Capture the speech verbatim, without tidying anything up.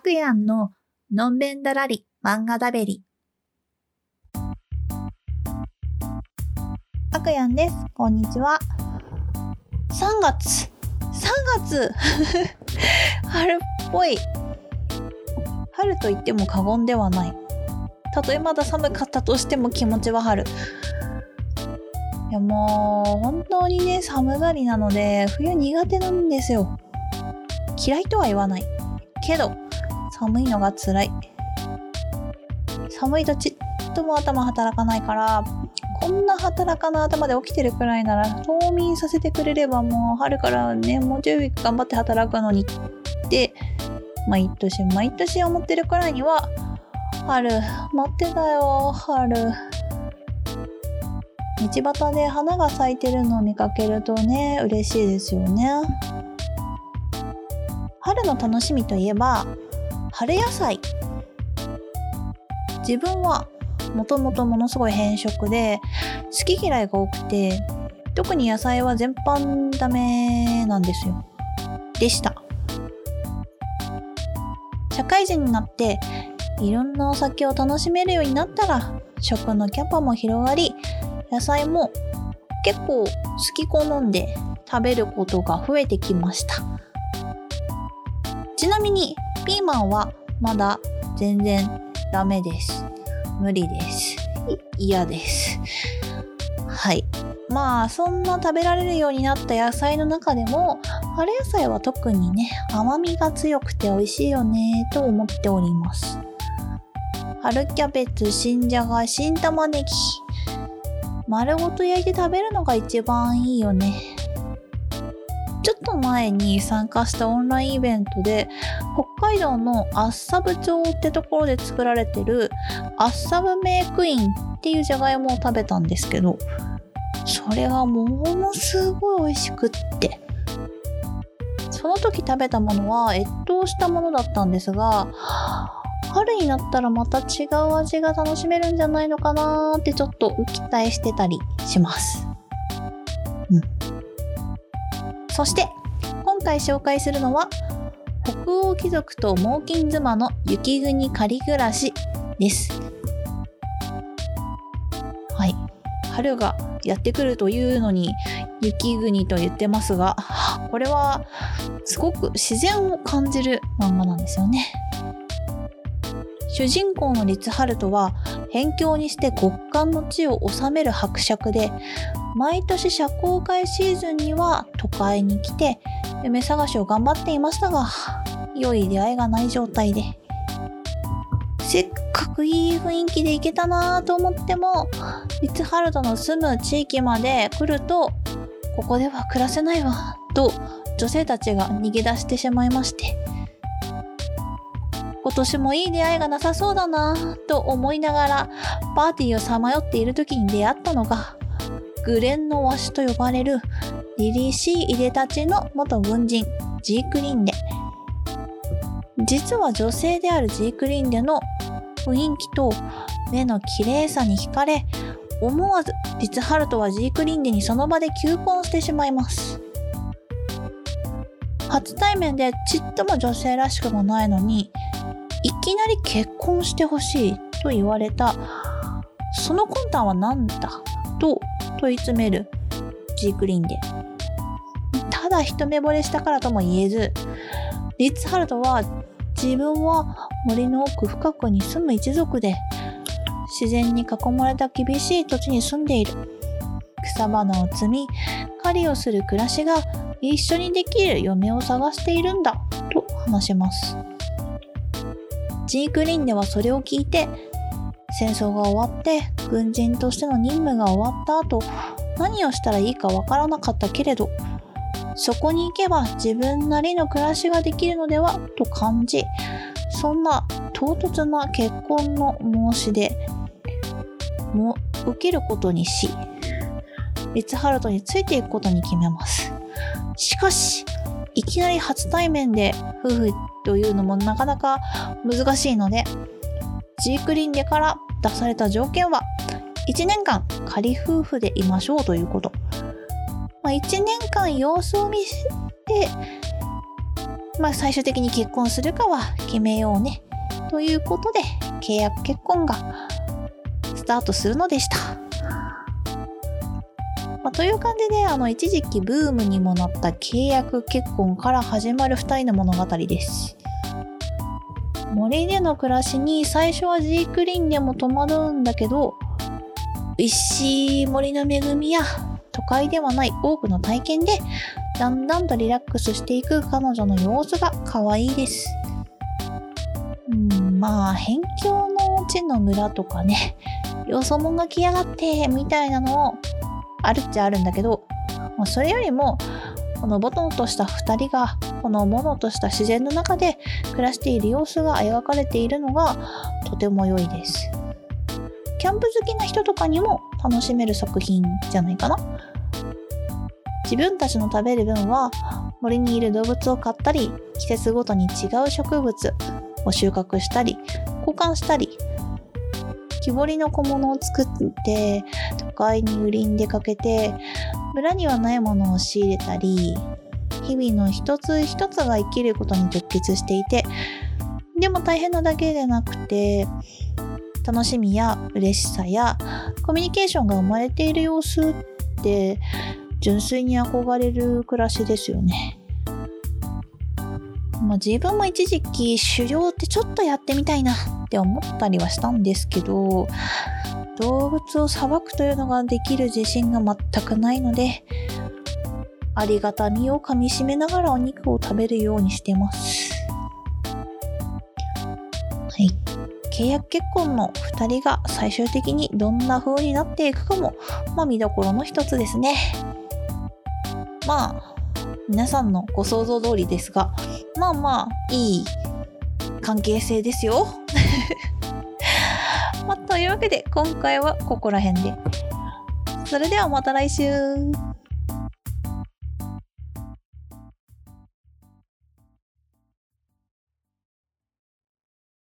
くやんののんべんだらり漫画だべり。あくやんです。こんにちは。さんがつさんがつ春っぽい。春と言っても過言ではない。たとえまだ寒かったとしても気持ちは春。いやもう本当にね、寒がりなので冬苦手なんですよ。嫌いとは言わないけど寒いのが辛い。寒いとちっとも頭働かないから、こんな働かない頭で起きてるくらいなら冬眠させてくれればもう春からね、もうちょい頑張って働くのにって毎年毎年思ってるくらいには、春待ってたよ。春道端で花が咲いてるのを見かけるとね、嬉しいですよね。春の楽しみといえば春野菜。自分はもともとものすごい偏食で好き嫌いが多くて、特に野菜は全般ダメなんですよ。でした。社会人になっていろんなお酒を楽しめるようになったら、食のキャパも広がり、野菜も結構好き好んで食べることが増えてきました。ちなみにピーマンはまだ全然ダメです。無理です。嫌です。はい。まあそんな食べられるようになった野菜の中でも、春野菜は特にね、甘みが強くて美味しいよねと思っております。春キャベツ、新じゃが、新玉ねぎ、丸ごと焼いて食べるのが一番いいよね。ちょっと前に参加したオンラインイベントで、北海道の厚沢部町ってところで作られてる厚沢部メイクインっていうじゃがいもを食べたんですけど、それがものすごい美味しくって、その時食べたものは越冬したものだったんですが、春になったらまた違う味が楽しめるんじゃないのかなーってちょっと期待してたりします。うん。そして今回紹介するのは北欧貴族と猛禽妻の雪国仮暮らしです。はい。春がやってくるというのに雪国と言ってますが、これはすごく自然を感じる漫画なんですよね。主人公のリツハルトは辺境にして極寒の地を治める伯爵で、毎年社交界シーズンには都会に来て夢探しを頑張っていましたが、良い出会いがない状態で、せっかくいい雰囲気で行けたなと思っても、リツハルトの住む地域まで来ると、ここでは暮らせないわと女性たちが逃げ出してしまいまして、今年もいい出会いがなさそうだなと思いながらパーティーをさまよっている時に出会ったのが、グレンのワシと呼ばれる凛々しいいでたちの元軍人ジークリンデ。実は女性であるジークリンデの雰囲気と目の綺麗さに惹かれ、思わずリツハルトはジークリンデにその場で求婚してしまいます。初対面でちっとも女性らしくもないのに、いきなり結婚してほしいと言われた。その魂胆は何だと問い詰めるジークリンデ。ただ一目惚れしたからとも言えず、リツハルトは自分は森の奥深くに住む一族で、自然に囲まれた厳しい土地に住んでいる。草花を摘み狩りをする暮らしが一緒にできる嫁を探しているんだと話します。ジークリンデはそれを聞いて、戦争が終わって軍人としての任務が終わった後、何をしたらいいかわからなかったけれど、そこに行けば自分なりの暮らしができるのではと感じ、そんな唐突な結婚の申し出も受けることにし、リツハルトについていくことに決めます。しかしいきなり初対面で夫婦というのもなかなか難しいので、ジークリンデから出された条件はいちねんかん仮夫婦でいましょうということ。まあ、いちねんかん様子を見てまあ最終的に結婚するかは決めようねということで契約結婚がスタートするのでした。まあ、という感じであの一時期ブームにもなった契約結婚から始まるふたりの物語です。森での暮らしに最初はジークリーンでも戸惑うんだけど、美味しい森の恵みや都会ではない多くの体験でだんだんとリラックスしていく彼女の様子が可愛いです。うん、まあ辺境の地の村とかね、よそ者が来やがってみたいなのをあるっちゃあるんだけど、まあ、それよりもこのボトンとしたふたりがこのものとした自然の中で暮らしている様子が描かれているのがとても良いです。キャンプ好きな人とかにも楽しめる作品じゃないかな。自分たちの食べる分は森にいる動物を飼ったり、季節ごとに違う植物を収穫したり交換したり、木彫りの小物を作って都会に売りに出かけて村にはないものを仕入れたり、日々の一つ一つが生きることに直結していて、でも大変なだけでなくて楽しみや嬉しさやコミュニケーションが生まれている様子って純粋に憧れる暮らしですよね。まあ、自分も一時期狩猟ってちょっとやってみたいなって思ったりはしたんですけど、動物をさばくというのができる自信が全くないので、ありがたみをかみしめながらお肉を食べるようにしてます。はい、契約結婚のふたりが最終的にどんな風になっていくかも、まあ、見どころの一つですね。まあ皆さんのご想像通りですが、まあまあいい関係性ですよ。まあ、というわけで今回はここら辺で。それではまた来週。